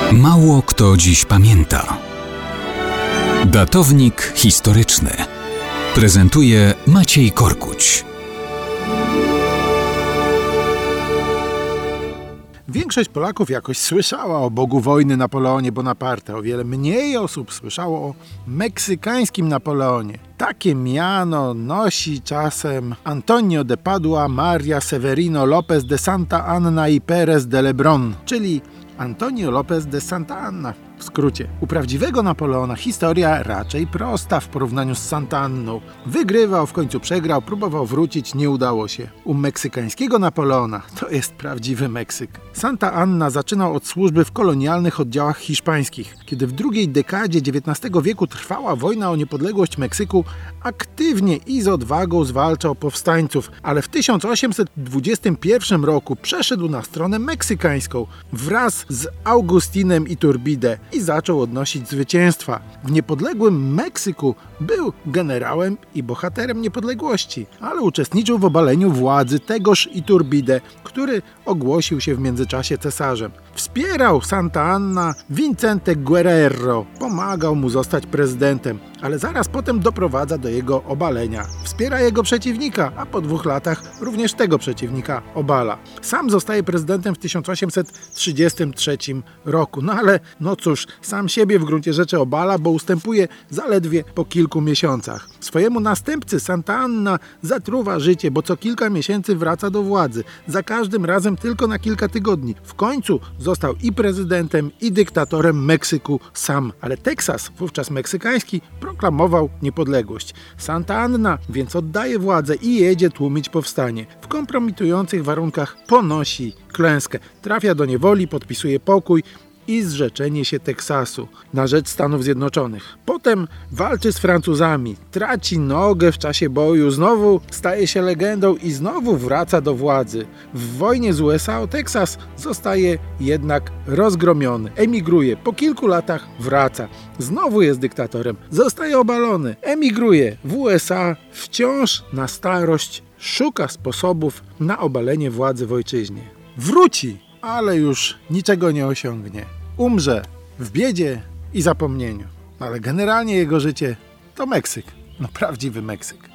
Mało kto dziś pamięta. Datownik historyczny prezentuje Maciej Korkuć. Większość Polaków jakoś słyszała o Bogu wojny Napoleonie Bonaparte. O wiele mniej osób słyszało o meksykańskim Napoleonie. Takie miano nosi czasem Antonio de Padua Maria Severino López de Santa Anna y Pérez de Lebrón, czyli Antonio López de Santa Anna. W skrócie, u prawdziwego Napoleona historia raczej prosta w porównaniu z Santa Anną. Wygrywał, w końcu przegrał, próbował wrócić, nie udało się. U meksykańskiego Napoleona to jest prawdziwy Meksyk. Santa Anna zaczynał od służby w kolonialnych oddziałach hiszpańskich. Kiedy w drugiej dekadzie XIX wieku trwała wojna o niepodległość Meksyku, aktywnie i z odwagą zwalczał powstańców, ale w 1821 roku przeszedł na stronę meksykańską wraz z Augustinem Iturbide i zaczął odnosić zwycięstwa. W niepodległym Meksyku był generałem i bohaterem niepodległości, ale uczestniczył w obaleniu władzy tegoż Iturbide, który ogłosił się w międzyczasie cesarzem. Wspierał Santa Anna Vicente Guerrero, pomagał mu zostać prezydentem, ale zaraz potem doprowadza do jego obalenia. Wspiera jego przeciwnika, a po 2 latach również tego przeciwnika obala. Sam zostaje prezydentem w 1833 roku, ale cóż, sam siebie w gruncie rzeczy obala, bo ustępuje zaledwie po kilku miesiącach. Swojemu następcy Santa Anna zatruwa życie, bo co kilka miesięcy wraca do władzy, za każdym razem tylko na kilka tygodni. W końcu został i prezydentem, i dyktatorem Meksyku sam, ale Teksas, wówczas meksykański, proklamował niepodległość. Santa Anna więc oddaje władzę i jedzie tłumić powstanie. W kompromitujących warunkach ponosi klęskę. Trafia do niewoli, podpisuje pokój i zrzeczenie się Teksasu na rzecz Stanów Zjednoczonych. Potem walczy z Francuzami, traci nogę w czasie boju, znowu staje się legendą i znowu wraca do władzy. W wojnie z USA o Teksas zostaje jednak rozgromiony. Emigruje, po kilku latach wraca. Znowu jest dyktatorem, zostaje obalony, emigruje. W USA wciąż na starość szuka sposobów na obalenie władzy w ojczyźnie. Wróci, ale już niczego nie osiągnie. Umrze w biedzie i zapomnieniu. Ale generalnie jego życie to Meksyk. Prawdziwy Meksyk.